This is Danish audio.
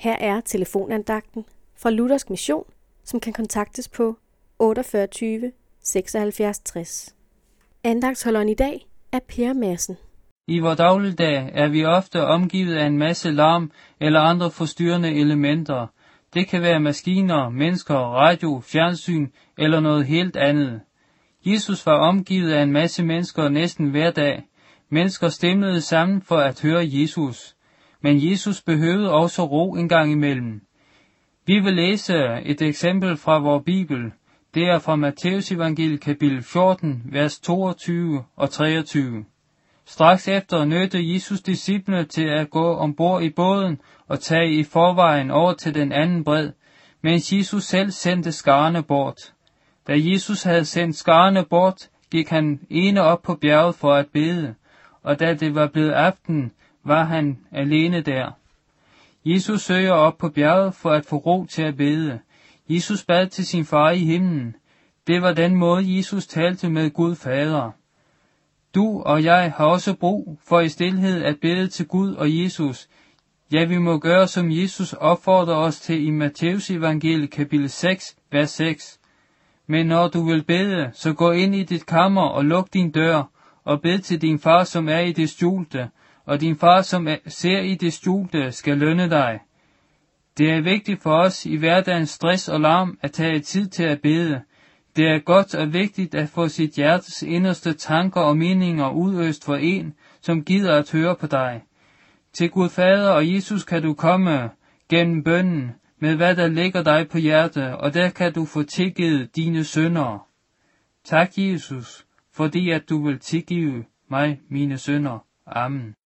Her er telefonandagten fra Luthersk Mission, som kan kontaktes på 48 76 60. Andagtsholderen i dag er Per Madsen. I vor dagligdag er vi ofte omgivet af en masse larm eller andre forstyrrende elementer. Det kan være maskiner, mennesker, radio, fjernsyn eller noget helt andet. Jesus var omgivet af en masse mennesker næsten hver dag. Mennesker stemlede sammen for at høre Jesus. Men Jesus behøvede også ro en gang imellem. Vi vil læse et eksempel fra vor Bibel. Det er fra Matteus evangeliet kapitel 14, vers 22 og 23. Straks efter nødte Jesus disciplene til at gå ombord i båden og tage i forvejen over til den anden bred, mens Jesus selv sendte skarne bort. Da Jesus havde sendt skarne bort, gik han ene op på bjerget for at bede, og da det var blevet aften, var han alene der. Jesus søger op på bjerget for at få ro til at bede. Jesus bad til sin far i himlen. Det var den måde, Jesus talte med Gud Fader. Du og jeg har også brug for i stilhed at bede til Gud og Jesus. Ja, vi må gøre, som Jesus opfordrer os til i Matteus evangeliet kapitel 6, vers 6. Men når du vil bede, så gå ind i dit kammer og luk din dør, og bed til din far, som er i det skjulte, og din far, som ser i det skjulte, skal lønne dig. Det er vigtigt for os i hverdagens stress og larm at tage tid til at bede. Det er godt og vigtigt at få sit hjertes inderste tanker og meninger udøst for en, som gider at høre på dig. Til Gud Fader og Jesus kan du komme gennem bønnen med hvad der ligger dig på hjertet, og der kan du få tilgivet dine synder. Tak, Jesus, fordi at du vil tilgive mig mine synder. Amen.